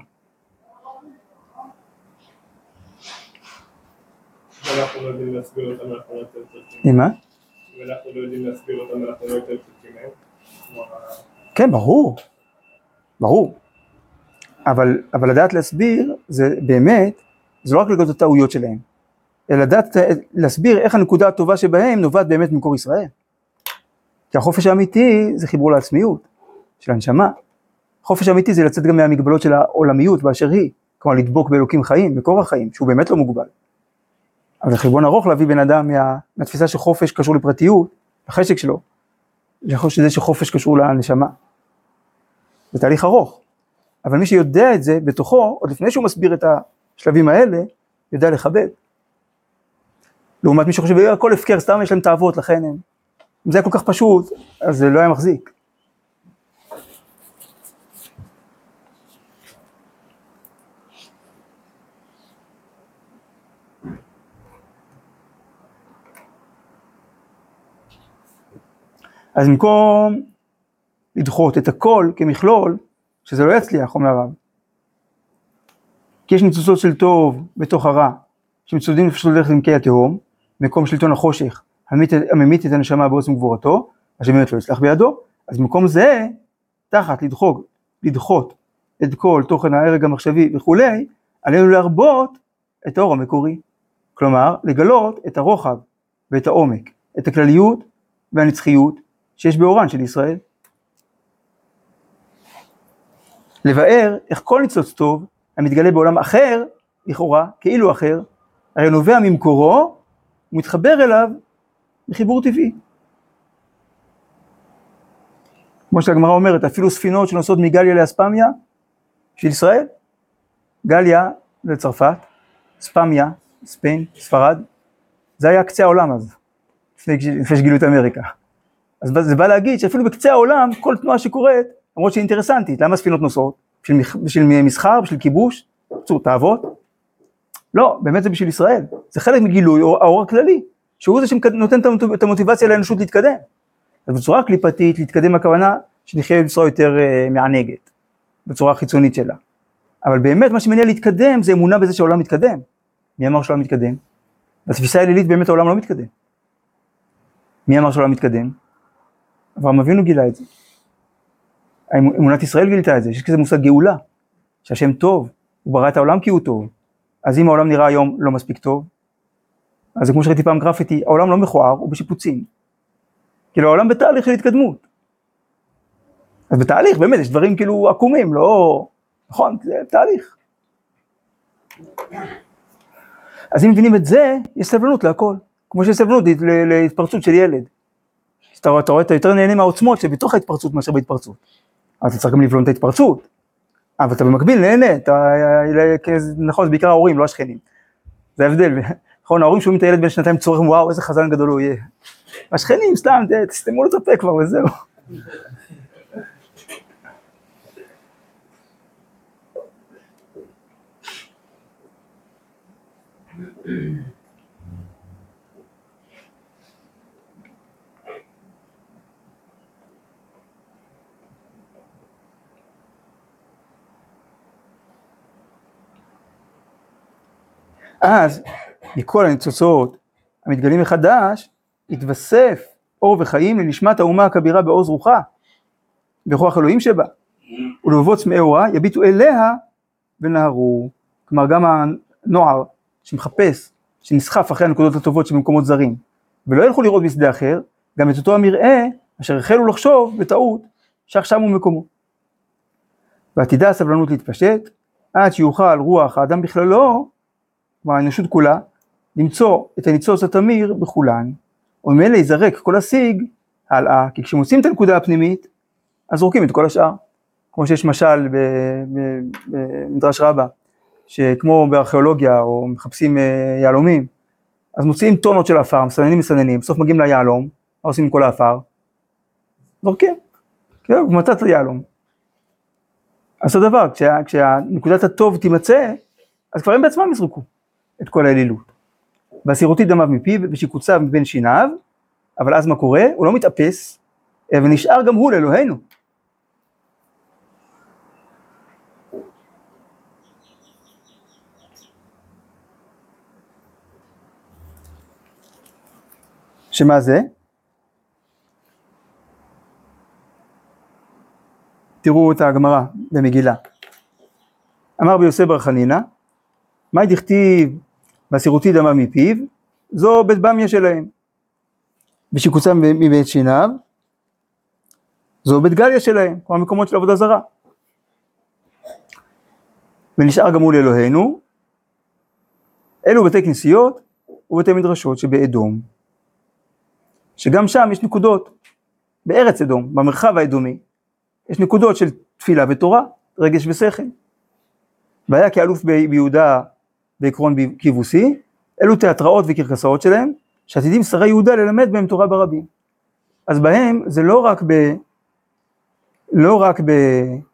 ואנחנו לא יודעים להסביר אותם, אנחנו לא יותר צודקים. עם מה? ואנחנו לא יודעים להסביר אותם, אנחנו לא יותר צודקים מהם. כן, ברור. ברור. אבל, אבל לדעת להסביר, זה באמת, זה לא רק לגלות את הטעויות שלהם, אלא לדעת להסביר איך הנקודה הטובה שבהם נובעת באמת ממקור ישראל. כי החופש האמיתי זה חיבור לעצמיות של הנשמה. החופש האמיתי זה לצאת גם מהמגבלות של העולמיות באשר היא, כלומר לדבוק באלוקים חיים, מקור החיים, שהוא באמת לא מוגבל. אבל זה חיבון ארוך להביא בן אדם מה, מהתפיסה שחופש קשור לפרטיות, לחשק שלו, שזה שחופש קשור לנשמה. זה תהליך ארוך. אבל מי שיודע את זה בתוכו, עוד לפני שהוא מסביר את השלבים האלה, יודע לכבד. לעומת מי שחושב, הכל הפקר, סתם יש להם תאוות, לכן הם. אם זה היה כל כך פשוט, אז זה לא היה מחזיק. אז במקום לדחות את הכל כמכלול, שזה לא יצליח, אומר הרב. כי יש ניצוצות של טוב בתוך הרע, שמצודדים לפשוט לדרך עמקי התהום, מקום שלטון החושך, הממית את הנשמה בעוצם גבורתו, אז שבאמת לא יצלח בידו, אז במקום זה, תחת לדחוק, לדחות את כל תוכן ההרג המחשבי וכולי, עלינו להרבות את האור המקורי. כלומר, לגלות את הרוחב ואת העומק, את הכלליות והנצחיות שיש באורן של ישראל. לבאר איך כל ניצוץ טוב המתגלה בעולם אחר, לכאורה, כאילו אחר, הרי נובע ממקורו, ומתחבר אליו בחיבור טבעי. כמו שהגמרא אומרת, אפילו ספינות שנוסעות מגליה לאספמיה, של ישראל, גליה לצרפת, אספמיה, ספיין, ספרד, זה היה קצה העולם אז, לפני, לפני שגילו את אמריקה. אז זה בא להגיד שאפילו בקצה העולם, כל תנועה שקורית, למרות שהיא אינטרסנטית, למה ספינות נוסעות? בשביל, בשביל מסחר, בשביל כיבוש, בצור תאוות? לא, באמת זה בשביל ישראל, זה חלק מגילוי האור הכללי, שהוא זה שנותן את המוטיבציה לאנושות להתקדם. אז בצורה קליפתית, להתקדם הכוונה, שנחיה בצורה יותר uh, מענגת, בצורה חיצונית שלה. אבל באמת מה שמניע להתקדם זה אמונה בזה שהעולם מתקדם. מי אמר שהעולם מתקדם? בתפיסה האלילית באמת העולם לא מתקדם. מי אמר שהעולם מתקדם? אברהם אבינו גילה את זה. אמונת ישראל גילתה את זה, יש כזה מושג גאולה, שהשם טוב, הוא ברא את העולם כי הוא טוב. אז אם העולם נראה היום לא מספיק טוב, אז זה כמו שראיתי פעם גרפיטי, העולם לא מכוער, הוא בשיפוצים. כאילו העולם בתהליך של התקדמות. אז בתהליך באמת יש דברים כאילו עקומים, לא... נכון, זה תהליך. אז אם מבינים את זה, יש סבלנות להכל. כמו שיש סבלנות להתפרצות של ילד. אתה רואה, אתה רואה, אתה יותר נהנה מהעוצמות שבתוך ההתפרצות מאשר בהתפרצות. אז אתה צריך גם לבלום את ההתפרצות. אבל אתה במקביל נהנה, אתה, נכון, זה בעיקר ההורים, לא השכנים. זה ההבדל. נכון, ההורים שומעים את הילד בין שנתיים צורכים, וואו, איזה חזן גדול הוא יהיה. השכנים, סתם, תסתמו לו את הפה כבר, וזהו. אז מכל הניצוצות המתגלים מחדש, התווסף אור וחיים לנשמת האומה הכבירה בעוז רוחה, בכוח אלוהים שבה, ולבבות צמאי אורה יביטו אליה ונהרו. כלומר גם הנוער שמחפש, שנסחף אחרי הנקודות הטובות שבמקומות זרים, ולא ילכו לראות בשדה אחר, גם את אותו המראה אשר החלו לחשוב בטעות שעכשיו הוא מקומו. ועתידה הסבלנות להתפשט, עד שיוכל רוח האדם בכללו, כלומר האנושות כולה, למצוא את הניצוץ התמיר בכולן, וממילא יזרק כל השיג הלאה, כי כשמוצאים את הנקודה הפנימית, אז זורקים את כל השאר. כמו שיש משל במדרש רבה, שכמו בארכיאולוגיה או מחפשים יעלומים, אז מוצאים טונות של אפר, מסננים מסננים, בסוף מגיעים ליעלום, מה עושים עם כל האפר? זורקים, כן, ומצאת ליעלום. אז זה דבר, כשה, כשהנקודת הטוב תימצא, אז כבר הם בעצמם יזרקו את כל האלילות. והסירותי דמיו מפיו ושיקוציו מבין שיניו, אבל אז מה קורה? הוא לא מתאפס, ונשאר גם הוא לאלוהינו. שמה זה? תראו את הגמרא במגילה. אמר ביוסף בר חנינא, מה דכתיב בסירותי דמיו מפיו? זו בית במיה שלהם. ושיקוצם מבית שיניו, זו בית גליה שלהם, כמו המקומות של עבודה זרה. ונשאר גם הוא לאלוהינו, אלו בתי כנסיות ובתי מדרשות שבאדום. שגם שם יש נקודות, בארץ אדום, במרחב האדומי, יש נקודות של תפילה ותורה, רגש ושכל. והיה כאלוף ביהודה בעקרון כיבוסי, אלו תיאטראות וקרקסאות שלהם, שעתידים שרי יהודה ללמד בהם תורה ברבים. אז בהם זה לא רק ב... לא רק ב...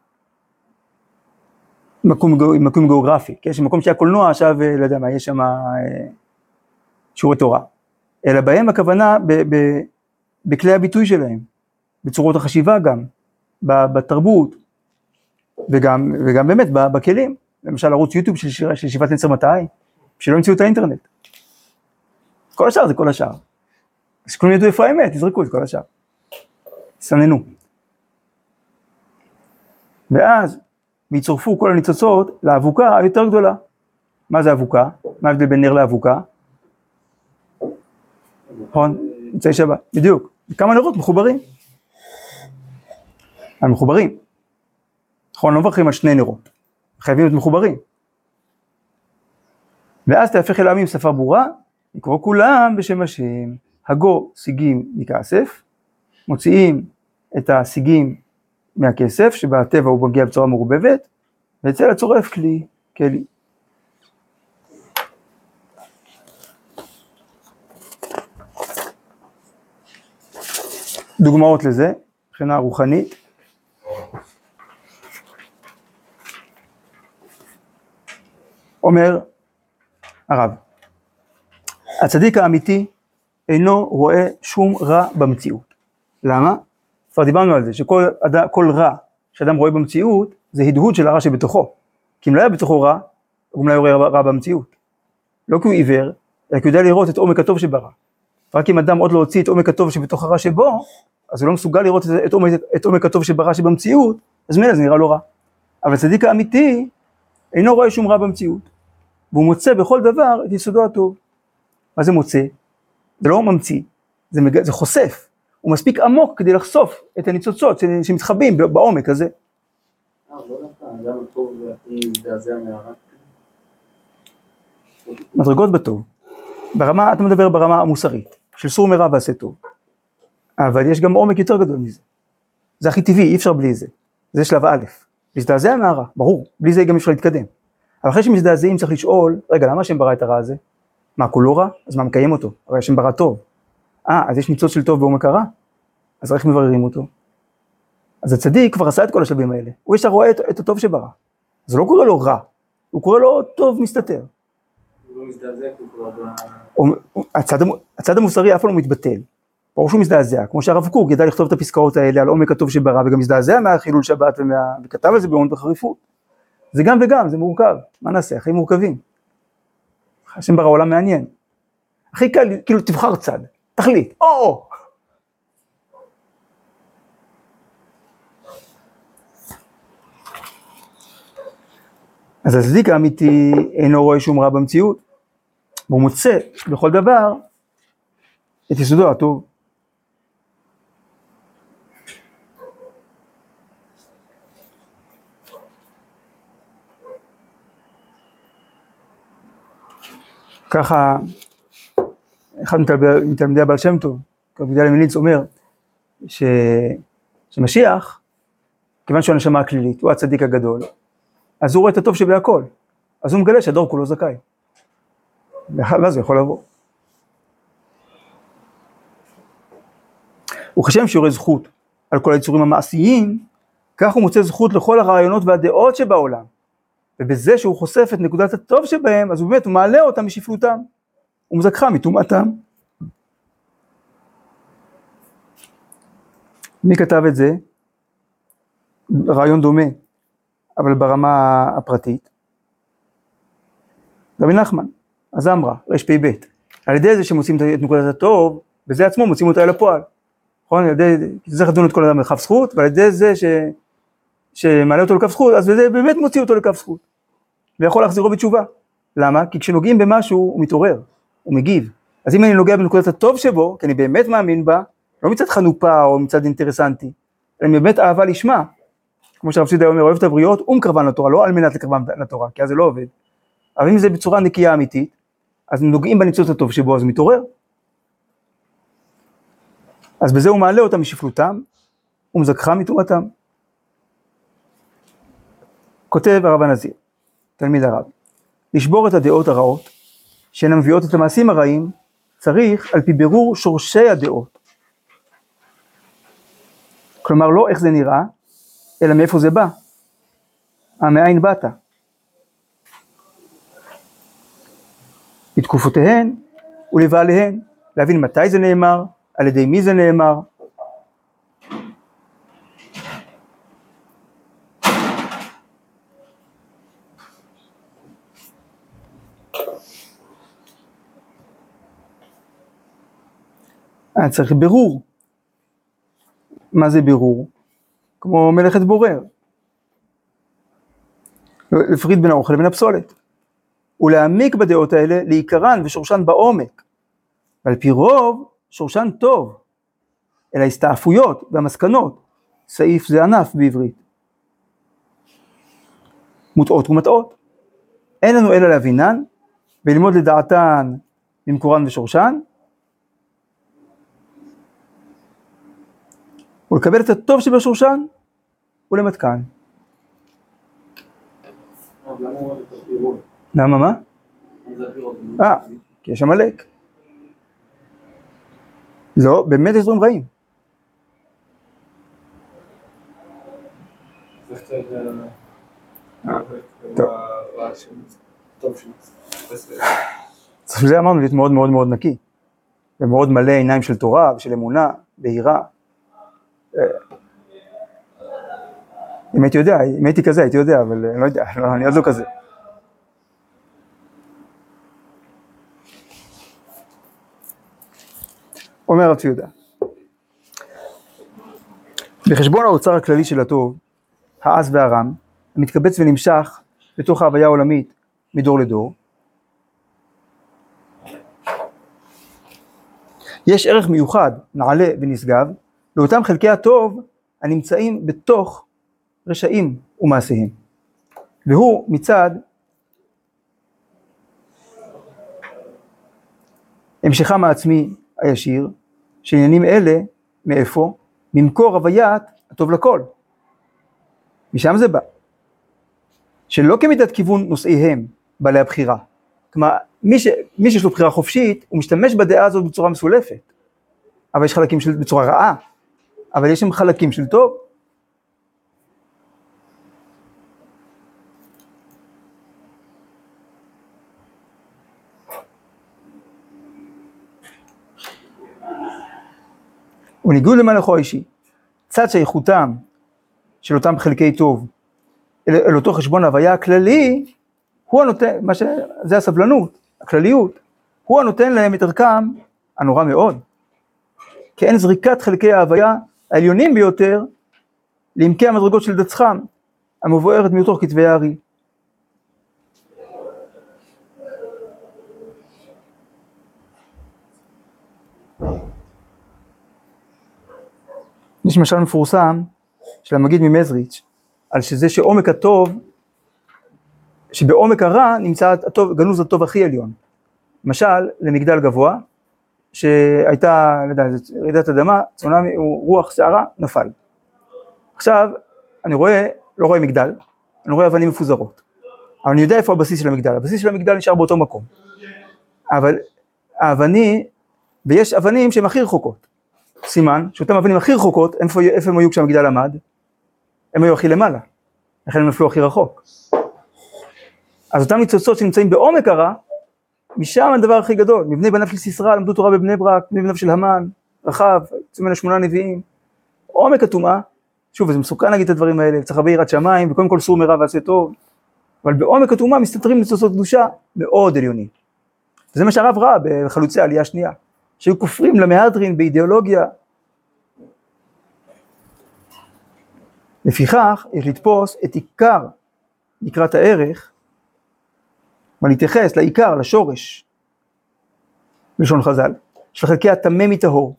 מקום, מקום גיאוגרפי, כן? שמקום שהיה קולנוע, עכשיו, לא יודע מה, יש שם שיעורי תורה. אלא בהם הכוונה ב, ב, בכלי הביטוי שלהם, בצורות החשיבה גם, בתרבות, וגם, וגם באמת בכלים. למשל ערוץ יוטיוב של, של ישיבת נצר מטעי, שלא המציאו את האינטרנט. כל השאר זה כל השאר. אז שכולם ידעו איפה האמת, יזרקו את כל השאר. סננו. ואז ויצורפו כל הניצוצות לאבוקה היותר גדולה. מה זה אבוקה? מה ההבדל בין נר לאבוקה? נכון, מצאי שבת, בדיוק. כמה נרות מחוברים. הם מחוברים. נכון, לא מברכים על שני נרות. חייבים להיות מחוברים. ואז תהפך אל העמים שפה ברורה, לקרוא כולם בשם השם, הגו שיגים מכסף, מוציאים את השיגים מהכסף, שבטבע הוא מגיע בצורה מרובבת, ואצל הצורף כלי, כלי. דוגמאות לזה, מבחינה רוחנית. אומר הרב, הצדיק האמיתי אינו רואה שום רע במציאות. למה? כבר דיברנו על זה, שכל כל רע שאדם רואה במציאות, זה הדהוד של הרע שבתוכו. כי אם לא היה בתוכו רע, הוא גם לא יראה רע במציאות. לא כי הוא עיוור, אלא כי הוא יודע לראות את עומק הטוב שברע. רק אם אדם עוד לא הוציא את עומק הטוב שבתוך הרע שבו, אז הוא לא מסוגל לראות את עומק, את עומק הטוב שברע שבמציאות, אז מילא זה נראה לא רע. אבל הצדיק האמיתי אינו רואה שום רע במציאות, והוא מוצא בכל דבר את יסודו הטוב. מה זה מוצא? זה לא ממציא, זה, מג... זה חושף. הוא מספיק עמוק כדי לחשוף את הניצוצות שמתחבאים בעומק הזה. אה, לא דווקא, אדם הטוב להזדעזע מהרע. מדרגות בטוב. ברמה, אתה מדבר ברמה המוסרית, של סור מרע ועשה טוב. אבל יש גם עומק יותר גדול מזה. זה הכי טבעי, אי אפשר בלי זה. זה שלב א', להזדעזע מהרע, ברור, בלי זה גם אפשר להתקדם. אבל אחרי שמזדעזעים צריך לשאול, רגע, למה השם ברא את הרע הזה? מה, כולו רע? אז מה מקיים אותו? הרי השם ברא טוב. אה, אז יש ניצוץ של טוב בעומק הרע? אז איך מבררים אותו? אז הצדיק כבר עשה את כל השלבים האלה. הוא ישר רואה את, את הטוב שברא. אז הוא לא קורא לו רע, הוא קורא לו טוב מסתתר. הוא לא מזדעזע, הוא כבר... הצד, הצד המוסרי אף פעם לא מתבטל. ברור שהוא מזדעזע, כמו שהרב קוק ידע לכתוב את הפסקאות האלה על עומק הטוב שברא, וגם מזדעזע מהחילול שבת, ומה... וכתב על זה בהון בחריפות. זה גם וגם, זה מורכב. מה נעשה? החיים מורכבים. השם ברא עולם מעניין. הכי קל, כאילו תבחר צד, תחליט, או-או. אז הצדיק האמיתי אינו רואה שום רע במציאות, והוא מוצא בכל דבר את יסודו הטוב. ככה, אחד מתלמידי הבעל שם טוב, רבי יהודה מליץ אומר, ש... שמשיח, כיוון שהוא הנשמה הכלילית, הוא הצדיק הגדול, אז הוא רואה את הטוב שבהכל, אז הוא מגלה שהדור כולו זכאי. ואז הוא יכול לבוא. וכשם שיורד זכות על כל היצורים המעשיים, כך הוא מוצא זכות לכל הרעיונות והדעות שבעולם. ובזה שהוא חושף את נקודת הטוב שבהם, אז הוא באמת, הוא מעלה אותם משפלותם. הוא מזכחם מטומאתם. מי כתב את זה? רעיון דומה, אבל ברמה הפרטית. רבי נחמן, אז אמרה, רש פי בית. על ידי זה שמוצאים את נקודת הטוב, בזה עצמו מוצאים אותה אל הפועל. נכון? על ידי זה חדון את כל אדם לכף זכות, ועל ידי זה ש... שמעלה אותו לכף זכות, אז זה באמת מוציא אותו לכף זכות. ויכול להחזירו בתשובה. למה? כי כשנוגעים במשהו הוא מתעורר, הוא מגיב. אז אם אני נוגע בנקודת הטוב שבו, כי אני באמת מאמין בה, לא מצד חנופה או מצד אינטרסנטי, אלא באמת אהבה לשמה. כמו שהרב סידה אומר, אוהב את הבריות, הוא מקרבן לתורה, לא על מנת לקרבן לתורה, כי אז זה לא עובד. אבל אם זה בצורה נקייה אמיתית, אז נוגעים בניצוץ הטוב שבו, אז הוא מתעורר. אז בזה הוא מעלה אותם משפלותם, הוא מזכחם מטומאתם. כותב הרב הנזיר, תלמיד הרב, לשבור את הדעות הרעות, שהן מביאות את המעשים הרעים, צריך על פי בירור שורשי הדעות. כלומר, לא איך זה נראה, אלא מאיפה זה בא. המאין באת. לתקופותיהן ולבעליהן, להבין מתי זה נאמר, על ידי מי זה נאמר. אני צריך בירור. מה זה בירור? כמו מלאכת בורר. לפריד בין האוכל לבין הפסולת. ולהעמיק בדעות האלה, לעיקרן ושורשן בעומק. ועל פי רוב, שורשן טוב. אלא הסתעפויות והמסקנות. סעיף זה ענף בעברית. מוטעות ומטעות. אין לנו אלא להבינן, וללמוד לדעתן ממקורן ושורשן, ולקבל את הטוב שבשורשן, ולמתקן. למה מה? אה, כי יש עמלק. לא, באמת יש דברים רעים. זה אמרנו להיות מאוד מאוד מאוד נקי, ומאוד מלא עיניים של תורה ושל אמונה, בהירה. אם הייתי יודע, אם הייתי כזה הייתי יודע, אבל אני לא יודע, לא, אני עוד לא כזה. אומר רב יהודה, בחשבון האוצר הכללי של הטוב, העז והרם, המתקבץ ונמשך בתוך ההוויה העולמית מדור לדור, יש ערך מיוחד, נעלה ונשגב, לאותם חלקי הטוב הנמצאים בתוך רשעים ומעשיהם. והוא מצד המשכם העצמי הישיר, שעניינים אלה, מאיפה? ממקור הוויית הטוב לכל. משם זה בא. שלא כמידת כיוון נושאיהם, בעלי הבחירה. כלומר, מי, ש... מי שיש לו בחירה חופשית, הוא משתמש בדעה הזאת בצורה מסולפת. אבל יש חלקים של... בצורה רעה. אבל יש שם חלקים של טוב. וניגוד למלאכו האישי, צד שייכותם של אותם חלקי טוב, אל, אל אותו חשבון ההוויה הכללי, הוא הנותן, מה ש... זה הסבלנות, הכלליות, הוא הנותן להם את ערכם הנורא מאוד. כי אין זריקת חלקי ההוויה העליונים ביותר, לעמקי המדרגות של דצחם, המבוארת מתוך כתבי הארי. יש משל מפורסם של המגיד ממזריץ' על שזה שעומק הטוב, שבעומק הרע נמצא הטוב, גנוז הטוב הכי עליון. למשל, למגדל גבוה, שהייתה, לא יודע, רעידת אדמה, צונאמי, רוח, שערה, נפל. עכשיו, אני רואה, לא רואה מגדל, אני רואה אבנים מפוזרות. אבל אני יודע איפה הבסיס של המגדל. הבסיס של המגדל נשאר באותו מקום. אבל האבני, ויש אבנים שהן הכי רחוקות. סימן, שאותם אבנים הכי רחוקות, איפה, איפה הם היו כשהמגדל עמד? הם היו הכי למעלה. לכן הם נפלו הכי רחוק. אז אותם ניצוצות שנמצאים בעומק הרע, משם הדבר הכי גדול. מבני בניו של סיסרא, למדו תורה בבני ברק, מבני בניו של המן, רחב, יצאו מן השמונה נביאים. עומק הטומאה, שוב, זה מסוכן להגיד את הדברים האלה, צריך הרבה יראת שמיים, וקודם כל סור מרע ועשה טוב. אבל בעומק הטומאה מסתתרים ניצוצות קדושה מאוד עליונים. וזה מה שהרב ראה בחלוצי העלייה השנייה. שהיו כופרים למהדרין באידיאולוגיה. לפיכך, יש לתפוס את עיקר, עיקרת הערך, ולהתייחס לעיקר, לשורש, בלשון חז"ל, של חלקי הטמא מטהור.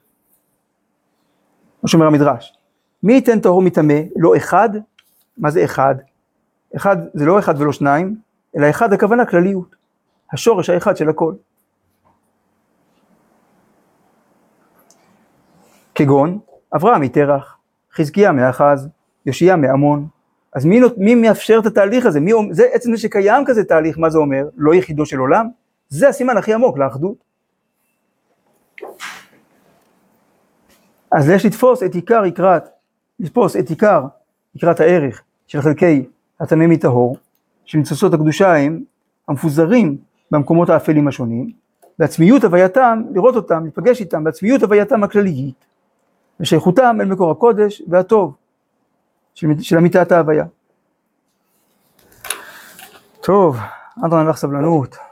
מה שאומר המדרש. מי ייתן טהור מטמא? לא אחד? מה זה אחד? אחד זה לא אחד ולא שניים, אלא אחד הכוונה כלליות. השורש האחד של הכל. כגון, אברהם מתרח, חזקיה מאחז, יושיה מעמון. אז מי, מי מאפשר את התהליך הזה? מי, זה עצם זה שקיים כזה תהליך, מה זה אומר? לא יחידו של עולם? זה הסימן הכי עמוק לאחדות. אז יש לתפוס את עיקר יקרת, לתפוס את עיקר יקרת הערך של חלקי הטמא מטהור, של ניצוצות הקדושה הם המפוזרים במקומות האפלים השונים, בעצמיות הווייתם, לראות אותם, לפגש איתם, בעצמיות הווייתם הכללית, ושייכותם אל מקור הקודש והטוב של, של אמיתת ההוויה. טוב, עד רבה לך סבלנות.